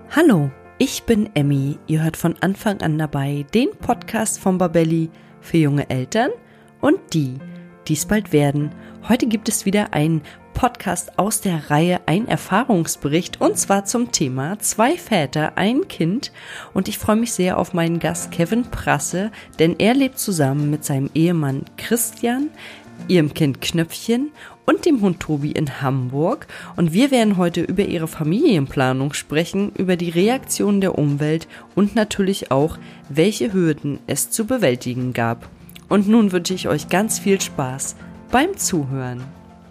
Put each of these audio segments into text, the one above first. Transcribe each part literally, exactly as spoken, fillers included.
Hallo, ich bin Emmy. Ihr hört von Anfang an dabei den Podcast von Babelli für junge Eltern und die, die es bald werden. Heute gibt es wieder einen Podcast aus der Reihe Ein Erfahrungsbericht und zwar zum Thema Zwei Väter, ein Kind. Und ich freue mich sehr auf meinen Gast Kevin Prasse, denn er lebt zusammen mit seinem Ehemann Christian, ihrem Kind Knöpfchen und dem Hund Tobi in Hamburg. Und wir werden heute über ihre Familienplanung sprechen, über die Reaktion der Umwelt und natürlich auch, welche Hürden es zu bewältigen gab. Und nun wünsche ich euch ganz viel Spaß beim Zuhören.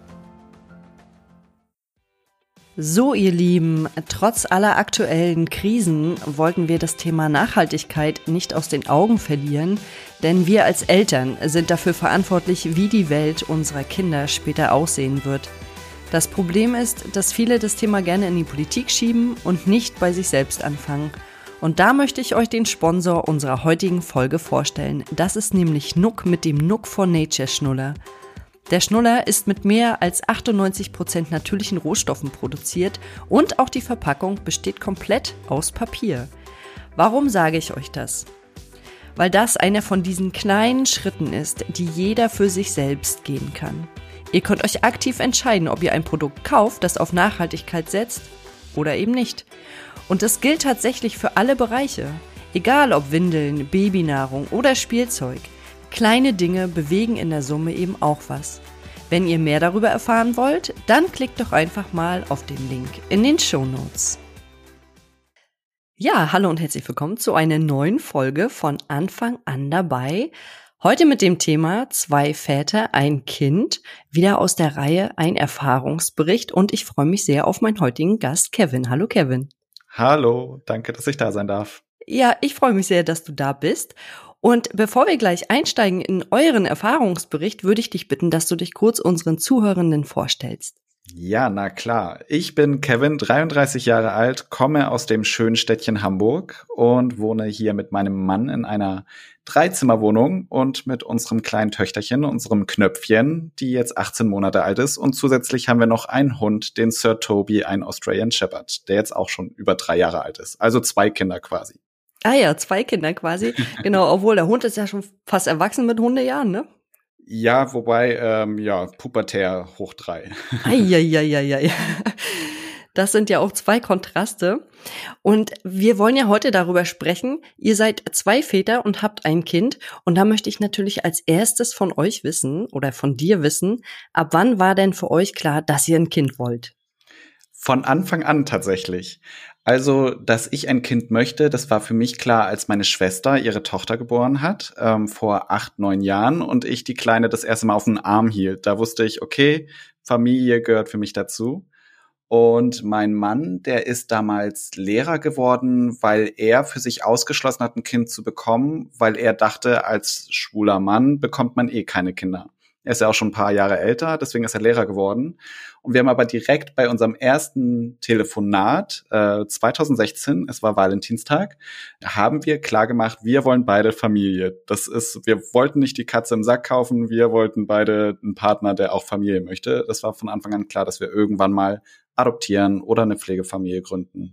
So, ihr Lieben, trotz aller aktuellen Krisen wollten wir das Thema Nachhaltigkeit nicht aus den Augen verlieren, denn wir als Eltern sind dafür verantwortlich, wie die Welt unserer Kinder später aussehen wird. Das Problem ist, dass viele das Thema gerne in die Politik schieben und nicht bei sich selbst anfangen. Und da möchte ich euch den Sponsor unserer heutigen Folge vorstellen. Das ist nämlich Nuuk mit dem Nuuk for Nature Schnuller. Der Schnuller ist mit mehr als achtundneunzig Prozent natürlichen Rohstoffen produziert und auch die Verpackung besteht komplett aus Papier. Warum sage ich euch das? Weil das einer von diesen kleinen Schritten ist, die jeder für sich selbst gehen kann. Ihr könnt euch aktiv entscheiden, ob ihr ein Produkt kauft, das auf Nachhaltigkeit setzt oder eben nicht. Und das gilt tatsächlich für alle Bereiche, egal ob Windeln, Babynahrung oder Spielzeug. Kleine Dinge bewegen in der Summe eben auch was. Wenn ihr mehr darüber erfahren wollt, dann klickt doch einfach mal auf den Link in den Shownotes. Ja, hallo und herzlich willkommen zu einer neuen Folge von Anfang an dabei. Heute mit dem Thema Zwei Väter, ein Kind, wieder aus der Reihe Ein Erfahrungsbericht und ich freue mich sehr auf meinen heutigen Gast Kevin. Hallo Kevin. Hallo, danke, dass ich da sein darf. Ja, ich freue mich sehr, dass du da bist. Und bevor wir gleich einsteigen in euren Erfahrungsbericht, würde ich dich bitten, dass du dich kurz unseren Zuhörenden vorstellst. Ja, na klar. Ich bin Kevin, dreiunddreißig Jahre alt, komme aus dem schönen Städtchen Hamburg und wohne hier mit meinem Mann in einer Dreizimmerwohnung und mit unserem kleinen Töchterchen, unserem Knöpfchen, die jetzt achtzehn Monate alt ist. Und zusätzlich haben wir noch einen Hund, den Sir Toby, einen Australian Shepherd, der jetzt auch schon über drei Jahre alt ist. Also zwei Kinder quasi. Ah ja, zwei Kinder quasi. Genau, obwohl der Hund ist ja schon fast erwachsen mit Hundejahren, ne? Ja, wobei, ähm, ja, pubertär hoch drei. Eieieiei. Das sind ja auch zwei Kontraste. Und wir wollen ja heute darüber sprechen. Ihr seid zwei Väter und habt ein Kind. Und da möchte ich natürlich als erstes von euch wissen oder von dir wissen, ab wann war denn für euch klar, dass ihr ein Kind wollt? Von Anfang an tatsächlich. Also, dass ich ein Kind möchte, das war für mich klar, als meine Schwester ihre Tochter geboren hat, ähm, vor acht, neun Jahren und ich die Kleine das erste Mal auf den Arm hielt. Da wusste ich, okay, Familie gehört für mich dazu. Und mein Mann, der ist damals Lehrer geworden, weil er für sich ausgeschlossen hat, ein Kind zu bekommen, weil er dachte, als schwuler Mann bekommt man eh keine Kinder. Er ist ja auch schon ein paar Jahre älter, deswegen ist er Lehrer geworden. Und wir haben aber direkt bei unserem ersten Telefonat, äh, zwanzig sechzehn, es war Valentinstag, haben wir klargemacht, wir wollen beide Familie. Das ist, wir wollten nicht die Katze im Sack kaufen, wir wollten beide einen Partner, der auch Familie möchte. Das war von Anfang an klar, dass wir irgendwann mal adoptieren oder eine Pflegefamilie gründen.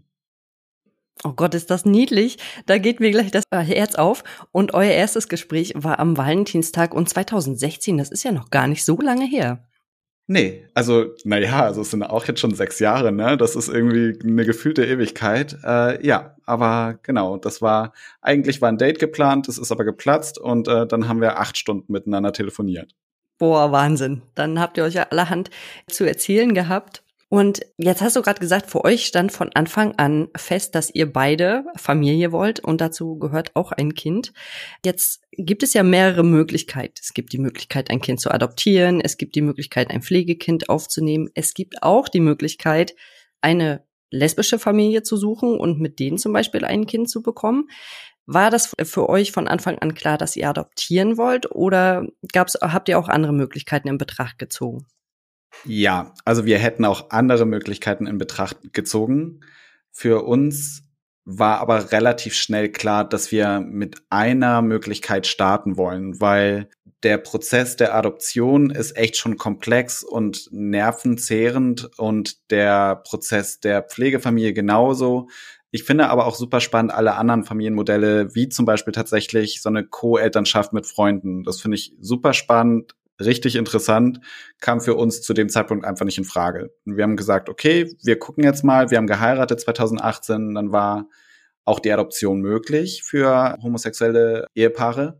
Oh Gott, ist das niedlich. Da geht mir gleich das Herz auf. Und euer erstes Gespräch war am Valentinstag und zwanzig sechzehn, das ist ja noch gar nicht so lange her. Nee, also, naja, also es sind auch jetzt schon sechs Jahre, ne? Das ist irgendwie eine gefühlte Ewigkeit. Äh, ja, aber genau, das war, eigentlich war ein Date geplant, das ist aber geplatzt und äh, dann haben wir acht Stunden miteinander telefoniert. Boah, Wahnsinn. Dann habt ihr euch ja allerhand zu erzählen gehabt. Und jetzt hast du gerade gesagt, für euch stand von Anfang an fest, dass ihr beide Familie wollt und dazu gehört auch ein Kind. Jetzt gibt es ja mehrere Möglichkeiten. Es gibt die Möglichkeit, ein Kind zu adoptieren. Es gibt die Möglichkeit, ein Pflegekind aufzunehmen. Es gibt auch die Möglichkeit, eine lesbische Familie zu suchen und mit denen zum Beispiel ein Kind zu bekommen. War das für euch von Anfang an klar, dass ihr adoptieren wollt oder gab's, habt ihr auch andere Möglichkeiten in Betracht gezogen? Ja, also wir hätten auch andere Möglichkeiten in Betracht gezogen. Für uns war aber relativ schnell klar, dass wir mit einer Möglichkeit starten wollen, weil der Prozess der Adoption ist echt schon komplex und nervenzehrend und der Prozess der Pflegefamilie genauso. Ich finde aber auch super spannend alle anderen Familienmodelle, wie zum Beispiel tatsächlich so eine Co-Elternschaft mit Freunden. Das finde ich super spannend, richtig interessant, kam für uns zu dem Zeitpunkt einfach nicht in Frage. Wir haben gesagt, okay, wir gucken jetzt mal, wir haben geheiratet zwanzig achtzehn, dann war auch die Adoption möglich für homosexuelle Ehepaare.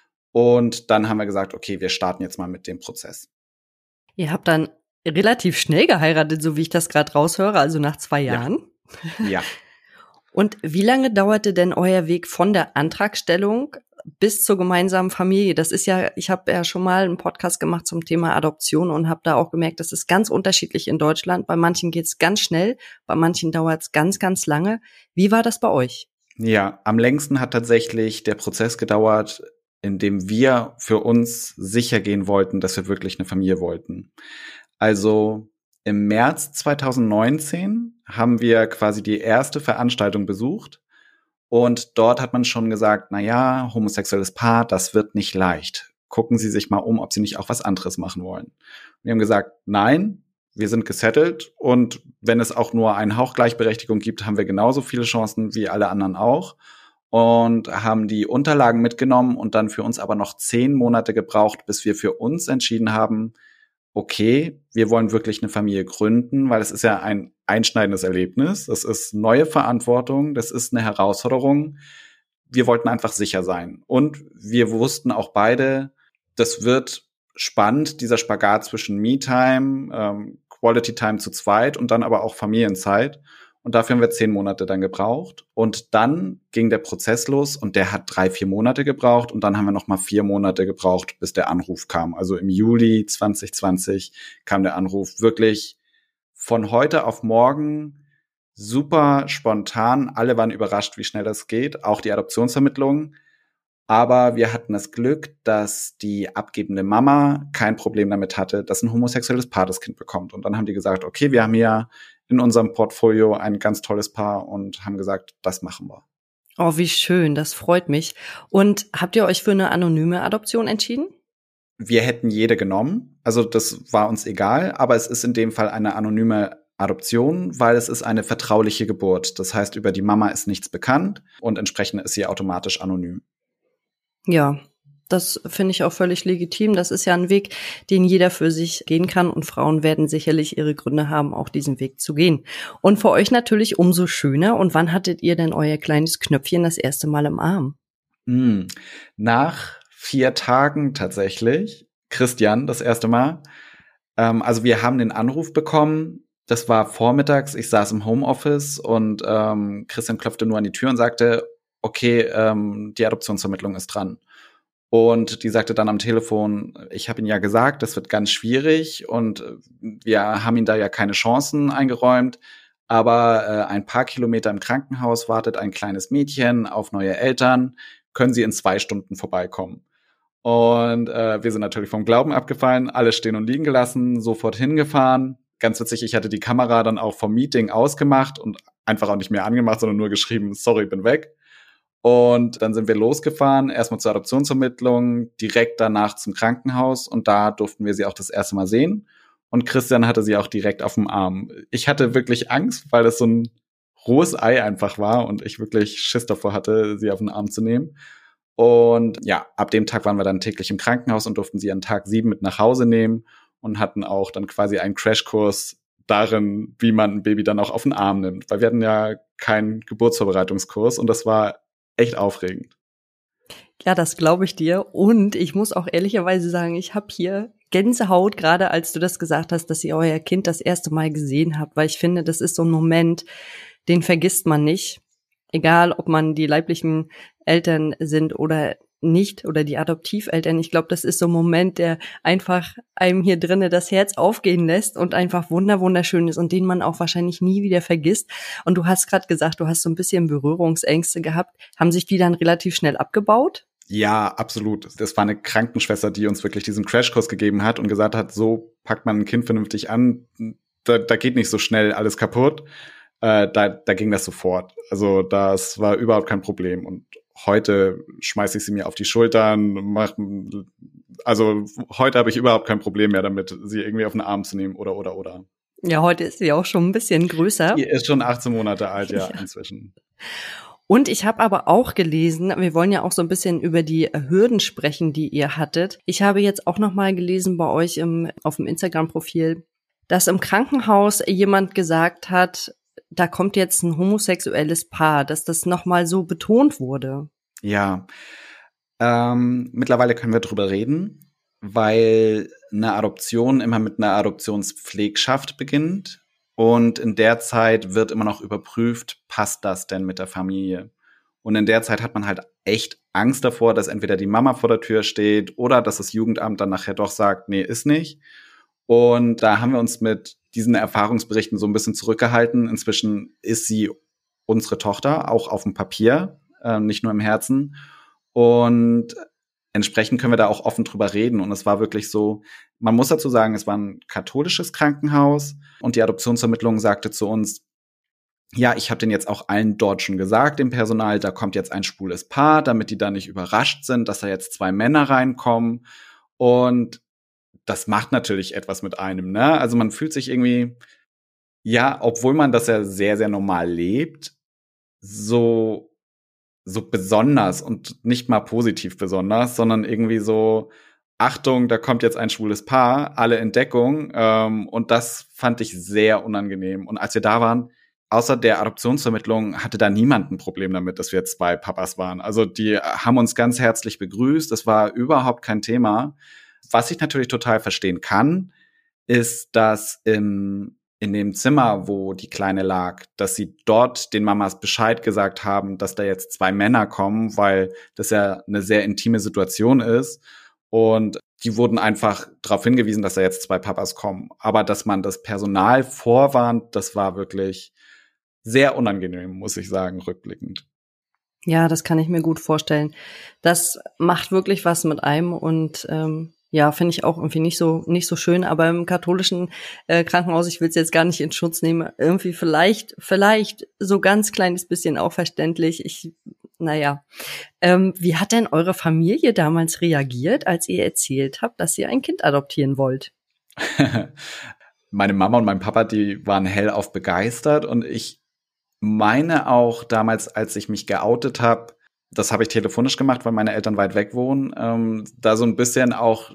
Und dann haben wir gesagt, okay, wir starten jetzt mal mit dem Prozess. Ihr habt dann relativ schnell geheiratet, so wie ich das gerade raushöre, also nach zwei Jahren. Ja. ja. Und wie lange dauerte denn euer Weg von der Antragstellung bis zur gemeinsamen Familie? Das ist ja, ich habe ja schon mal einen Podcast gemacht zum Thema Adoption und habe da auch gemerkt, das ist ganz unterschiedlich in Deutschland. Bei manchen geht's ganz schnell, bei manchen dauert's ganz, ganz lange. Wie war das bei euch? Ja, am längsten hat tatsächlich der Prozess gedauert, in dem wir für uns sicher gehen wollten, dass wir wirklich eine Familie wollten. Also im März zwanzig neunzehn haben wir quasi die erste Veranstaltung besucht und dort hat man schon gesagt, na ja, homosexuelles Paar, das wird nicht leicht. Gucken Sie sich mal um, ob Sie nicht auch was anderes machen wollen. Wir haben gesagt, nein, wir sind gesettelt und wenn es auch nur einen Hauch Gleichberechtigung gibt, haben wir genauso viele Chancen wie alle anderen auch und haben die Unterlagen mitgenommen und dann für uns aber noch zehn Monate gebraucht, bis wir für uns entschieden haben, okay, wir wollen wirklich eine Familie gründen, weil es ist ja ein einschneidendes Erlebnis. Das ist neue Verantwortung, das ist eine Herausforderung. Wir wollten einfach sicher sein. Und wir wussten auch beide, das wird spannend, dieser Spagat zwischen Me-Time, ähm, Quality-Time zu zweit und dann aber auch Familienzeit. Und dafür haben wir zehn Monate dann gebraucht. Und dann ging der Prozess los und der hat drei, vier Monate gebraucht. Und dann haben wir noch mal vier Monate gebraucht, bis der Anruf kam. Also im Juli zwanzig zwanzig kam der Anruf. Wirklich von heute auf morgen, super spontan. Alle waren überrascht, wie schnell das geht. Auch die Adoptionsvermittlung. Aber wir hatten das Glück, dass die abgebende Mama kein Problem damit hatte, dass ein homosexuelles Paar das Kind bekommt. Und dann haben die gesagt, okay, wir haben hier in unserem Portfolio ein ganz tolles Paar und haben gesagt, das machen wir. Oh, wie schön, das freut mich. Und habt ihr euch für eine anonyme Adoption entschieden? Wir hätten jede genommen, also das war uns egal, aber es ist in dem Fall eine anonyme Adoption, weil es ist eine vertrauliche Geburt. Das heißt, über die Mama ist nichts bekannt und entsprechend ist sie automatisch anonym. Ja, das finde ich auch völlig legitim. Das ist ja ein Weg, den jeder für sich gehen kann und Frauen werden sicherlich ihre Gründe haben, auch diesen Weg zu gehen. Und für euch natürlich umso schöner. Und wann hattet ihr denn euer kleines Knöpfchen das erste Mal im Arm? Hm. Nach vier Tagen tatsächlich, Christian das erste Mal. Ähm, also wir haben den Anruf bekommen, das war vormittags, ich saß im Homeoffice und ähm, Christian klopfte nur an die Tür und sagte, okay, ähm, die Adoptionsvermittlung ist dran. Und die sagte dann am Telefon, ich habe Ihnen ja gesagt, das wird ganz schwierig und wir haben Ihnen da ja keine Chancen eingeräumt, aber äh, ein paar Kilometer im Krankenhaus wartet ein kleines Mädchen auf neue Eltern, können Sie in zwei Stunden vorbeikommen. Und äh, wir sind natürlich vom Glauben abgefallen, alles stehen und liegen gelassen, sofort hingefahren. Ganz witzig, ich hatte die Kamera dann auch vom Meeting ausgemacht und einfach auch nicht mehr angemacht, sondern nur geschrieben, sorry, bin weg. Und dann sind wir losgefahren, erstmal zur Adoptionsvermittlung, direkt danach zum Krankenhaus und da durften wir sie auch das erste Mal sehen. Und Christian hatte sie auch direkt auf dem Arm. Ich hatte wirklich Angst, weil das so ein rohes Ei einfach war und ich wirklich Schiss davor hatte, sie auf den Arm zu nehmen. Und ja, ab dem Tag waren wir dann täglich im Krankenhaus und durften sie an Tag sieben mit nach Hause nehmen und hatten auch dann quasi einen Crashkurs darin, wie man ein Baby dann auch auf den Arm nimmt. Weil wir hatten ja keinen Geburtsvorbereitungskurs und das war echt aufregend. Ja, das glaube ich dir. Und ich muss auch ehrlicherweise sagen, ich habe hier Gänsehaut, gerade als du das gesagt hast, dass ihr euer Kind das erste Mal gesehen habt, weil ich finde, das ist so ein Moment, den vergisst man nicht. Egal, ob man die leiblichen Eltern sind oder nicht oder die Adoptiveltern. Ich glaube, das ist so ein Moment, der einfach einem hier drinnen das Herz aufgehen lässt und einfach wunder wunderschön ist und den man auch wahrscheinlich nie wieder vergisst. Und du hast gerade gesagt, du hast so ein bisschen Berührungsängste gehabt. Haben sich die dann relativ schnell abgebaut? Ja, absolut. Das war eine Krankenschwester, die uns wirklich diesen Crashkurs gegeben hat und gesagt hat, so packt man ein Kind vernünftig an. Da, da geht nicht so schnell alles kaputt. Äh, da, da ging das sofort. Also das war überhaupt kein Problem. Und heute schmeiße ich sie mir auf die Schultern, mach, also heute habe ich überhaupt kein Problem mehr damit, sie irgendwie auf den Arm zu nehmen oder, oder, oder. Ja, heute ist sie auch schon ein bisschen größer. Die ist schon achtzehn Monate alt, ja, Ja. inzwischen. Und ich habe aber auch gelesen, wir wollen ja auch so ein bisschen über die Hürden sprechen, die ihr hattet. Ich habe jetzt auch noch mal gelesen bei euch im, auf dem Instagram-Profil, dass im Krankenhaus jemand gesagt hat, da kommt jetzt ein homosexuelles Paar, dass das noch mal so betont wurde. Ja, ähm, mittlerweile können wir drüber reden, weil eine Adoption immer mit einer Adoptionspflegschaft beginnt. Und in der Zeit wird immer noch überprüft, passt das denn mit der Familie? Und in der Zeit hat man halt echt Angst davor, dass entweder die Mama vor der Tür steht oder dass das Jugendamt dann nachher doch sagt, nee, ist nicht. Und da haben wir uns mit diesen Erfahrungsberichten so ein bisschen zurückgehalten. Inzwischen ist sie unsere Tochter, auch auf dem Papier, äh, nicht nur im Herzen. Und entsprechend können wir da auch offen drüber reden. Und es war wirklich so, man muss dazu sagen, es war ein katholisches Krankenhaus und die Adoptionsvermittlung sagte zu uns, ja, ich habe den jetzt auch allen dort schon gesagt, dem Personal, da kommt jetzt ein schwules Paar, damit die da nicht überrascht sind, dass da jetzt zwei Männer reinkommen. Und das macht natürlich etwas mit einem, ne? Also man fühlt sich irgendwie, ja, obwohl man das ja sehr, sehr normal lebt, so so besonders und nicht mal positiv besonders, sondern irgendwie so, Achtung, da kommt jetzt ein schwules Paar, alle in Deckung. Ähm, und das fand ich sehr unangenehm. Und als wir da waren, außer der Adoptionsvermittlung, hatte da niemand ein Problem damit, dass wir zwei Papas waren. Also die haben uns ganz herzlich begrüßt. Das war überhaupt kein Thema. Was ich natürlich total verstehen kann, ist, dass im in dem Zimmer, wo die Kleine lag, dass sie dort den Mamas Bescheid gesagt haben, dass da jetzt zwei Männer kommen, weil das ja eine sehr intime Situation ist. Und die wurden einfach darauf hingewiesen, dass da jetzt zwei Papas kommen. Aber dass man das Personal vorwarnt, das war wirklich sehr unangenehm, muss ich sagen, rückblickend. Ja, das kann ich mir gut vorstellen. Das macht wirklich was mit einem und ähm ja, finde ich auch irgendwie nicht so nicht so schön, aber im katholischen äh, Krankenhaus, ich will es jetzt gar nicht in Schutz nehmen, irgendwie vielleicht vielleicht so ganz kleines bisschen auch verständlich. Ich, naja, ähm, wie hat denn eure Familie damals reagiert, als ihr erzählt habt, dass ihr ein Kind adoptieren wollt? Meine Mama und mein Papa, die waren hellauf begeistert und ich meine auch damals, als ich mich geoutet habe, das habe ich telefonisch gemacht, weil meine Eltern weit weg wohnen, ähm, da so ein bisschen auch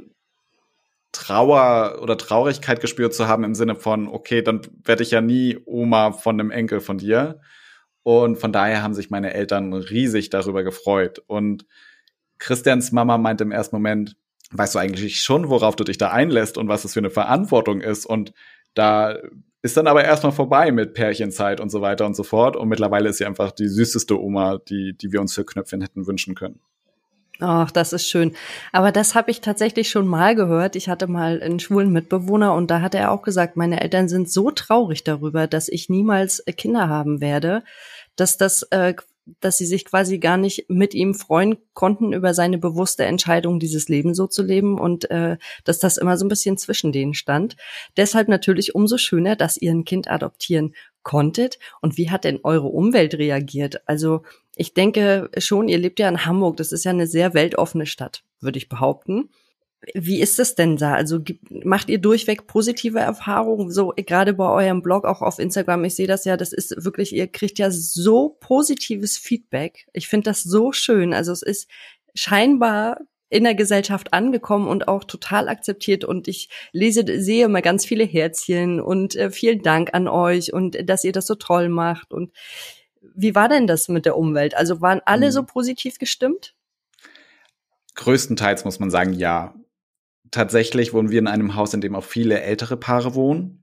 Trauer oder Traurigkeit gespürt zu haben im Sinne von, okay, dann werde ich ja nie Oma von einem Enkel von dir. Und von daher haben sich meine Eltern riesig darüber gefreut. Und Christians Mama meinte im ersten Moment, weißt du eigentlich schon, worauf du dich da einlässt und was es für eine Verantwortung ist? Und da ist dann aber erstmal vorbei mit Pärchenzeit und so weiter und so fort. Und mittlerweile ist sie einfach die süßeste Oma, die, die wir uns für Knöpfchen hätten wünschen können. Ach, das ist schön. Aber das habe ich tatsächlich schon mal gehört. Ich hatte mal einen schwulen Mitbewohner und da hat er auch gesagt, meine Eltern sind so traurig darüber, dass ich niemals Kinder haben werde, dass das, äh, dass sie sich quasi gar nicht mit ihm freuen konnten über seine bewusste Entscheidung, dieses Leben so zu leben und äh, dass das immer so ein bisschen zwischen denen stand. Deshalb natürlich umso schöner, dass ihr ein Kind adoptieren konntet. Und wie hat denn eure Umwelt reagiert? Also ich denke schon, ihr lebt ja in Hamburg, das ist ja eine sehr weltoffene Stadt, würde ich behaupten. Wie ist es denn da? Also gibt, macht ihr durchweg positive Erfahrungen? So gerade bei eurem Blog, auch auf Instagram, ich sehe das ja, das ist wirklich, ihr kriegt ja so positives Feedback. Ich finde das so schön. Also es ist scheinbar in der Gesellschaft angekommen und auch total akzeptiert. Und ich lese, sehe immer ganz viele Herzchen und äh, vielen Dank an euch und dass ihr das so toll macht. Und wie war denn das mit der Umwelt? Also waren alle mhm. so positiv gestimmt? Größtenteils muss man sagen, ja. Tatsächlich wohnen wir in einem Haus, in dem auch viele ältere Paare wohnen.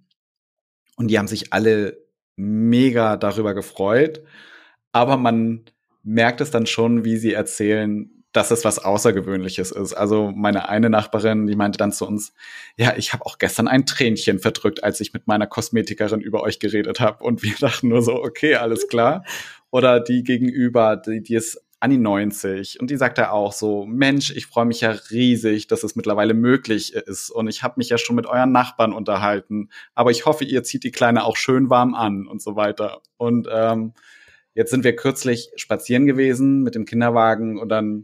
Und die haben sich alle mega darüber gefreut. Aber man merkt es dann schon, wie sie erzählen, dass es was Außergewöhnliches ist. Also meine eine Nachbarin, die meinte dann zu uns, ja, ich habe auch gestern ein Tränchen verdrückt, als ich mit meiner Kosmetikerin über euch geredet habe. Und wir dachten nur so, okay, alles klar. Oder die gegenüber, die, die ist Anni neunzig und die sagt ja auch so, Mensch, ich freue mich ja riesig, dass es mittlerweile möglich ist und ich habe mich ja schon mit euren Nachbarn unterhalten, aber ich hoffe, ihr zieht die Kleine auch schön warm an und so weiter. Und ähm, jetzt sind wir kürzlich spazieren gewesen mit dem Kinderwagen und dann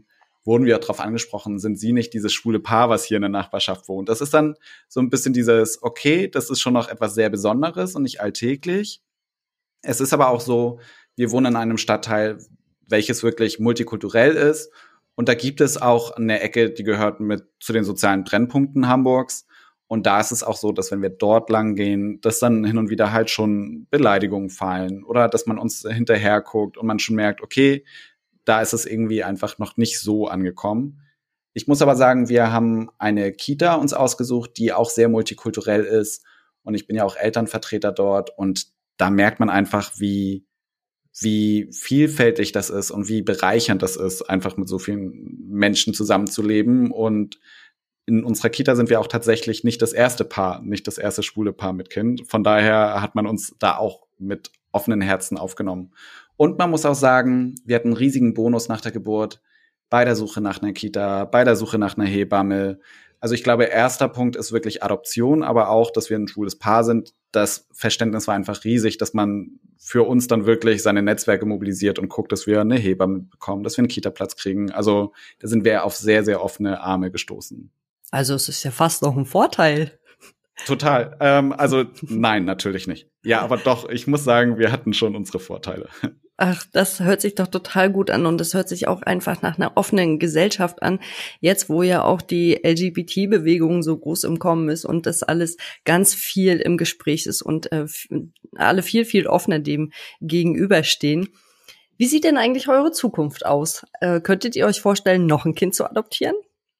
wurden wir darauf angesprochen, sind Sie nicht dieses schwule Paar, was hier in der Nachbarschaft wohnt? Das ist dann so ein bisschen dieses, okay, das ist schon noch etwas sehr Besonderes und nicht alltäglich. Es ist aber auch so, wir wohnen in einem Stadtteil, welches wirklich multikulturell ist. Und da gibt es auch eine Ecke, die gehört mit zu den sozialen Brennpunkten Hamburgs. Und da ist es auch so, dass wenn wir dort lang gehen, dass dann hin und wieder halt schon Beleidigungen fallen oder dass man uns hinterher guckt und man schon merkt, okay, da ist es irgendwie einfach noch nicht so angekommen. Ich muss aber sagen, wir haben eine Kita uns ausgesucht, die auch sehr multikulturell ist. Und ich bin ja auch Elternvertreter dort. Und da merkt man einfach, wie wie vielfältig das ist und wie bereichernd das ist, einfach mit so vielen Menschen zusammenzuleben. Und in unserer Kita sind wir auch tatsächlich nicht das erste Paar, nicht das erste schwule Paar mit Kind. Von daher hat man uns da auch mit offenen Herzen aufgenommen. Und man muss auch sagen, wir hatten einen riesigen Bonus nach der Geburt, bei der Suche nach einer Kita, bei der Suche nach einer Hebamme. Also ich glaube, erster Punkt ist wirklich Adoption, aber auch, dass wir ein schwules Paar sind. Das Verständnis war einfach riesig, dass man für uns dann wirklich seine Netzwerke mobilisiert und guckt, dass wir eine Hebamme bekommen, dass wir einen Kita-Platz kriegen. Also da sind wir auf sehr, sehr offene Arme gestoßen. Also es ist ja fast noch ein Vorteil. Total. Ähm, also nein, natürlich nicht. Ja, aber doch, ich muss sagen, wir hatten schon unsere Vorteile. Ach, das hört sich doch total gut an und das hört sich auch einfach nach einer offenen Gesellschaft an. Jetzt, wo ja auch die L G B T-Bewegung so groß im Kommen ist und das alles ganz viel im Gespräch ist und äh, alle viel, viel offener dem gegenüberstehen. Wie sieht denn eigentlich eure Zukunft aus? Äh, könntet ihr euch vorstellen, noch ein Kind zu adoptieren?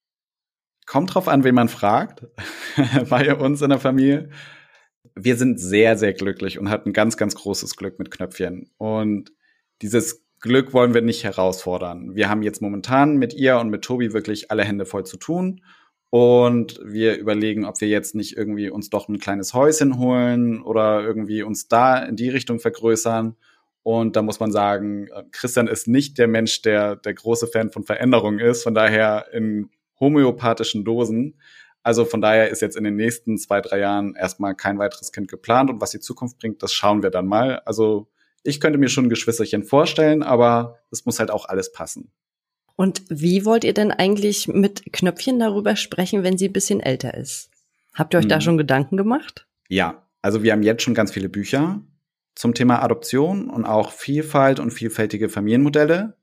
Kommt drauf an, wen man fragt. Bei uns in der Familie. Wir sind sehr, sehr glücklich und hatten ganz, ganz großes Glück mit Knöpfchen. Und dieses Glück wollen wir nicht herausfordern. Wir haben jetzt momentan mit ihr und mit Tobi wirklich alle Hände voll zu tun. Und wir überlegen, ob wir jetzt nicht irgendwie uns doch ein kleines Häuschen holen oder irgendwie uns da in die Richtung vergrößern. Und da muss man sagen, Christian ist nicht der Mensch, der der große Fan von Veränderungen ist. Von daher in homöopathischen Dosen. Also von daher ist jetzt in den nächsten zwei, drei Jahren erstmal kein weiteres Kind geplant. Und was die Zukunft bringt, das schauen wir dann mal. Also ich könnte mir schon ein Geschwisterchen vorstellen, aber es muss halt auch alles passen. Und wie wollt ihr denn eigentlich mit Knöpfchen darüber sprechen, wenn sie ein bisschen älter ist? Habt ihr euch hm. da schon Gedanken gemacht? Ja, also wir haben jetzt schon ganz viele Bücher zum Thema Adoption und auch Vielfalt und vielfältige Familienmodelle.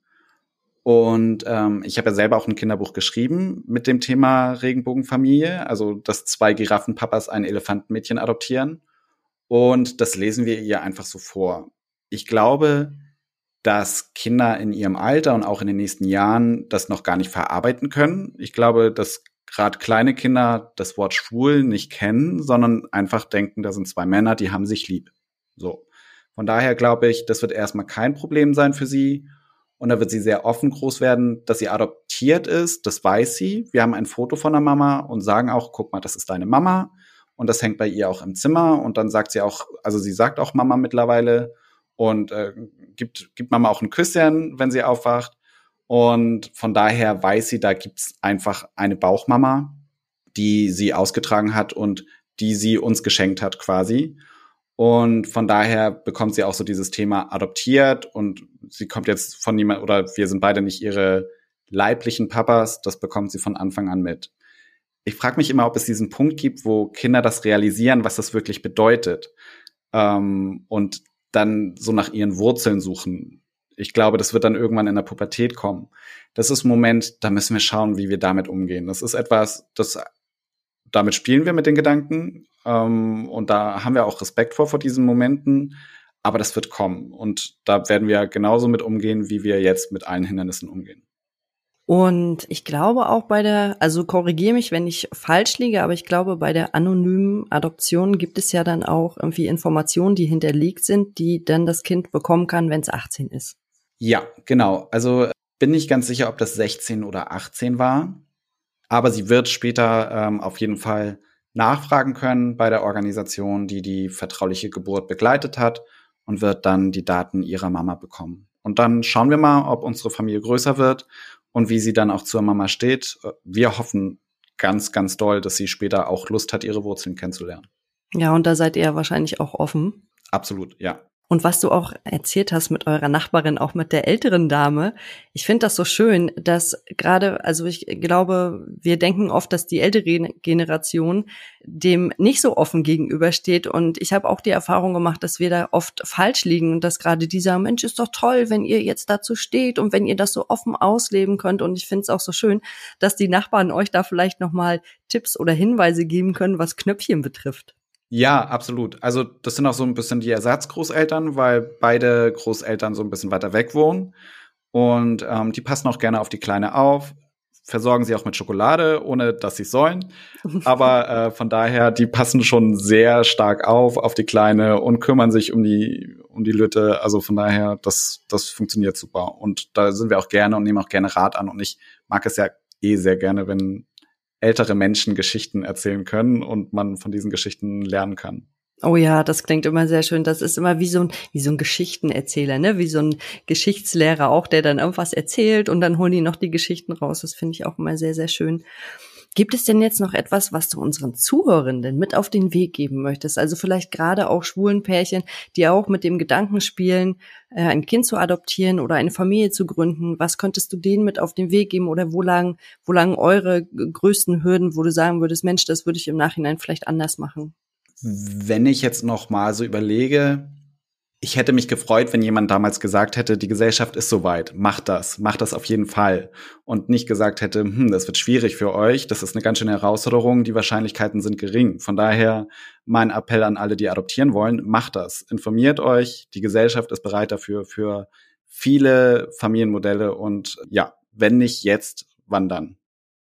Und ähm, ich habe ja selber auch ein Kinderbuch geschrieben mit dem Thema Regenbogenfamilie, also dass zwei Giraffenpapas ein Elefantenmädchen adoptieren. Und das lesen wir ihr einfach so vor. Ich glaube, dass Kinder in ihrem Alter und auch in den nächsten Jahren das noch gar nicht verarbeiten können. Ich glaube, dass gerade kleine Kinder das Wort schwul nicht kennen, sondern einfach denken, da sind zwei Männer, die haben sich lieb. So. Von daher glaube ich, das wird erstmal kein Problem sein für sie. Und da wird sie sehr offen groß werden, dass sie adoptiert ist, das weiß sie. Wir haben ein Foto von der Mama und sagen auch, guck mal, das ist deine Mama. Und das hängt bei ihr auch im Zimmer. Und dann sagt sie auch, also sie sagt auch Mama mittlerweile und äh, gibt, gibt Mama auch ein Küsschen, wenn sie aufwacht. Und von daher weiß sie, da gibt's einfach eine Bauchmama, die sie ausgetragen hat und die sie uns geschenkt hat quasi. Und von daher bekommt sie auch so dieses Thema adoptiert und sie kommt jetzt von niemand, oder wir sind beide nicht ihre leiblichen Papas, das bekommt sie von Anfang an mit. Ich frage mich immer, ob es diesen Punkt gibt, wo Kinder das realisieren, was das wirklich bedeutet, ähm, und dann so nach ihren Wurzeln suchen. Ich glaube, das wird dann irgendwann in der Pubertät kommen. Das ist ein Moment, da müssen wir schauen, wie wir damit umgehen. Das ist etwas, das damit spielen wir mit den Gedanken, ähm, und da haben wir auch Respekt vor, vor diesen Momenten, aber das wird kommen und da werden wir genauso mit umgehen, wie wir jetzt mit allen Hindernissen umgehen. Und ich glaube auch bei der, also korrigiere mich, wenn ich falsch liege, aber ich glaube, bei der anonymen Adoption gibt es ja dann auch irgendwie Informationen, die hinterlegt sind, die dann das Kind bekommen kann, wenn es achtzehn ist. Ja, genau. Also bin nicht ganz sicher, ob das sechzehn oder achtzehn war. Aber sie wird später ähm, auf jeden Fall nachfragen können bei der Organisation, die die vertrauliche Geburt begleitet hat und wird dann die Daten ihrer Mama bekommen. Und dann schauen wir mal, ob unsere Familie größer wird und wie sie dann auch zur Mama steht. Wir hoffen ganz, ganz doll, dass sie später auch Lust hat, ihre Wurzeln kennenzulernen. Ja, und da seid ihr wahrscheinlich auch offen. Absolut, ja. Und was du auch erzählt hast mit eurer Nachbarin, auch mit der älteren Dame, ich finde das so schön, dass gerade, also ich glaube, wir denken oft, dass die ältere Generation dem nicht so offen gegenübersteht. Und ich habe auch die Erfahrung gemacht, dass wir da oft falsch liegen und dass gerade dieser Mensch ist doch toll, wenn ihr jetzt dazu steht und wenn ihr das so offen ausleben könnt. Und ich finde es auch so schön, dass die Nachbarn euch da vielleicht nochmal Tipps oder Hinweise geben können, was Knöpfchen betrifft. Ja, absolut. Also das sind auch so ein bisschen die Ersatzgroßeltern, weil beide Großeltern so ein bisschen weiter weg wohnen. Und ähm, die passen auch gerne auf die Kleine auf, versorgen sie auch mit Schokolade, ohne dass sie es sollen. Aber äh, von daher, die passen schon sehr stark auf, auf die Kleine und kümmern sich um die um die Lütte. Also von daher, das das funktioniert super. Und da sind wir auch gerne und nehmen auch gerne Rat an. Und ich mag es ja eh sehr gerne, wenn ältere Menschen Geschichten erzählen können und man von diesen Geschichten lernen kann. Oh ja, das klingt immer sehr schön. Das ist immer wie so ein, wie so ein Geschichtenerzähler, ne? Wie so ein Geschichtslehrer auch, der dann irgendwas erzählt und dann holen die noch die Geschichten raus. Das finde ich auch immer sehr, sehr schön. Gibt es denn jetzt noch etwas, was du unseren Zuhörenden mit auf den Weg geben möchtest? Also vielleicht gerade auch schwulen Pärchen, die auch mit dem Gedanken spielen, ein Kind zu adoptieren oder eine Familie zu gründen. Was könntest du denen mit auf den Weg geben oder wo lagen, wo lagen eure größten Hürden, wo du sagen würdest, Mensch, das würde ich im Nachhinein vielleicht anders machen? Wenn ich jetzt noch mal so überlege, ich hätte mich gefreut, wenn jemand damals gesagt hätte, die Gesellschaft ist soweit, macht das, macht das auf jeden Fall. Und nicht gesagt hätte, hm, das wird schwierig für euch, das ist eine ganz schöne Herausforderung, die Wahrscheinlichkeiten sind gering. Von daher mein Appell an alle, die adoptieren wollen, macht das. Informiert euch, die Gesellschaft ist bereit dafür, für viele Familienmodelle und ja, wenn nicht jetzt, wann dann?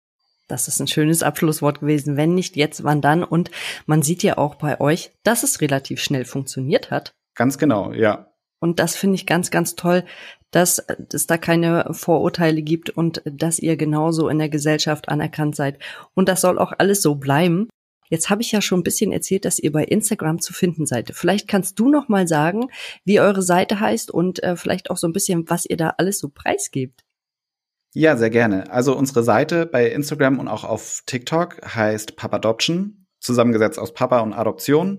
Das ist ein schönes Abschlusswort gewesen. Wenn nicht jetzt, wann dann? Und man sieht ja auch bei euch, dass es relativ schnell funktioniert hat. Ganz genau, ja. Und das finde ich ganz, ganz toll, dass es da keine Vorurteile gibt und dass ihr genauso in der Gesellschaft anerkannt seid. Und das soll auch alles so bleiben. Jetzt habe ich ja schon ein bisschen erzählt, dass ihr bei Instagram zu finden seid. Vielleicht kannst du noch mal sagen, wie eure Seite heißt und äh, vielleicht auch so ein bisschen, was ihr da alles so preisgebt. Ja, sehr gerne. Also unsere Seite bei Instagram und auch auf TikTok heißt Papadoption, zusammengesetzt aus Papa und Adoption.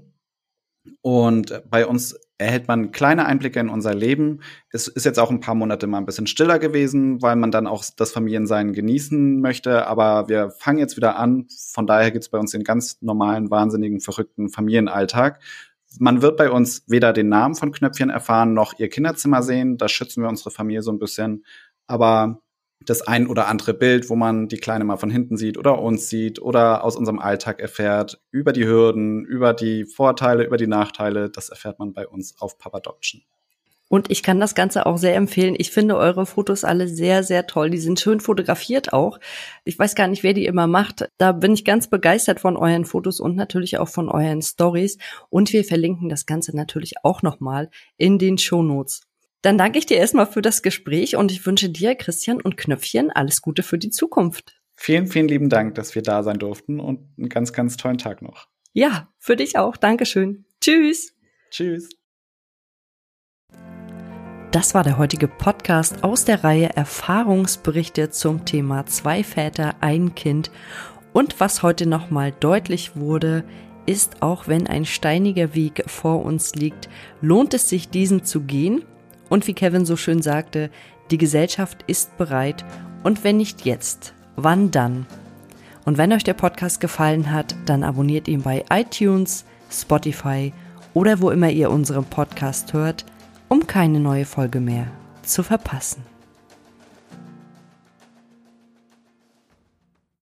Und bei uns erhält man kleine Einblicke in unser Leben. Es ist jetzt auch ein paar Monate mal ein bisschen stiller gewesen, weil man dann auch das Familiensein genießen möchte. Aber wir fangen jetzt wieder an. Von daher gibt's bei uns den ganz normalen, wahnsinnigen, verrückten Familienalltag. Man wird bei uns weder den Namen von Knöpfchen erfahren, noch ihr Kinderzimmer sehen. Da schützen wir unsere Familie so ein bisschen. Aber das ein oder andere Bild, wo man die Kleine mal von hinten sieht oder uns sieht oder aus unserem Alltag erfährt, über die Hürden, über die Vorteile, über die Nachteile, das erfährt man bei uns auf Papadoption. Und ich kann das Ganze auch sehr empfehlen. Ich finde eure Fotos alle sehr, sehr toll. Die sind schön fotografiert auch. Ich weiß gar nicht, wer die immer macht. Da bin ich ganz begeistert von euren Fotos und natürlich auch von euren Stories. Und wir verlinken das Ganze natürlich auch nochmal in den Shownotes. Dann danke ich dir erstmal für das Gespräch und ich wünsche dir, Christian und Knöpfchen, alles Gute für die Zukunft. Vielen, vielen lieben Dank, dass wir da sein durften und einen ganz, ganz tollen Tag noch. Ja, für dich auch. Dankeschön. Tschüss. Tschüss. Das war der heutige Podcast aus der Reihe Erfahrungsberichte zum Thema Zwei Väter, ein Kind. Und was heute nochmal deutlich wurde, ist, auch wenn ein steiniger Weg vor uns liegt, lohnt es sich, diesen zu gehen. Und wie Kevin so schön sagte, die Gesellschaft ist bereit und wenn nicht jetzt, wann dann? Und wenn euch der Podcast gefallen hat, dann abonniert ihn bei iTunes, Spotify oder wo immer ihr unseren Podcast hört, um keine neue Folge mehr zu verpassen.